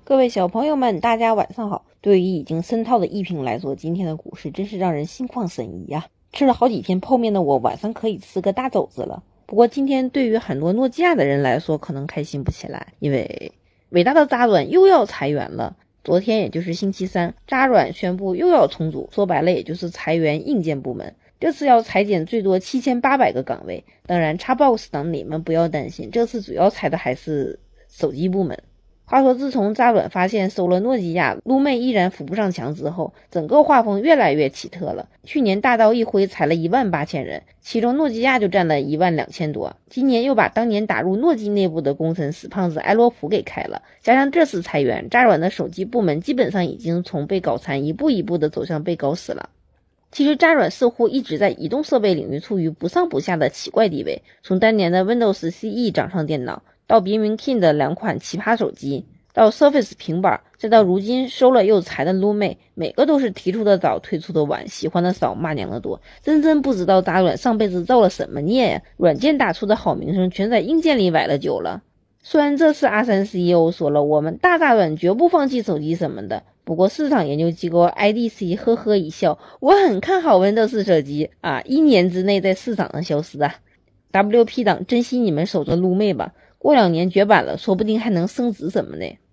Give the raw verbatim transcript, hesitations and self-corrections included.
各位小朋友们，大家晚上好。对于已经深套的一平来说，今天的股市真是让人心旷神怡呀、啊！吃了好几天泡面的我，晚上可以吃个大肘子了。不过今天对于很多诺基亚的人来说，可能开心不起来，因为伟大的扎软又要裁员了。昨天也就是星期三，扎软宣布又要重组，说白了也就是裁员硬件部门。这次要裁减最多七千八百个岗位。当然 Xbox 党你们不要担心，这次主要裁的还是手机部门。话说自从扎软发现收了诺基亚，撸妹依然扶不上墙之后，整个画风越来越奇特了。去年大刀一挥裁了一万八千人，其中诺基亚就占了一万两千多。今年又把当年打入诺基内部的工程死胖子埃洛普给开了，加上这次裁员，扎软的手机部门基本上已经从被搞残一步一步的走向被搞死了。其实扎软似乎一直在移动设备领域处于不上不下的奇怪地位，从当年的 Windows C E 掌上电脑，到别名 King 的两款奇葩手机，到 Surface 平板，再到如今收了又裁的撸妹，每个都是提出的早退出的晚，喜欢的少骂娘的多。真真不知道扎软上辈子造了什么孽呀，软件打出的好名声全在硬件里崴了酒了。虽然这次阿三 C E O 说了我们大扎软绝不放弃手机什么的，不过市场研究机构 I D C 呵呵一笑，我很看好 Windows 手机啊，一年之内在市场上消失啊。W P 党珍惜你们手中撸妹吧，过两年绝版了，说不定还能升值什么的。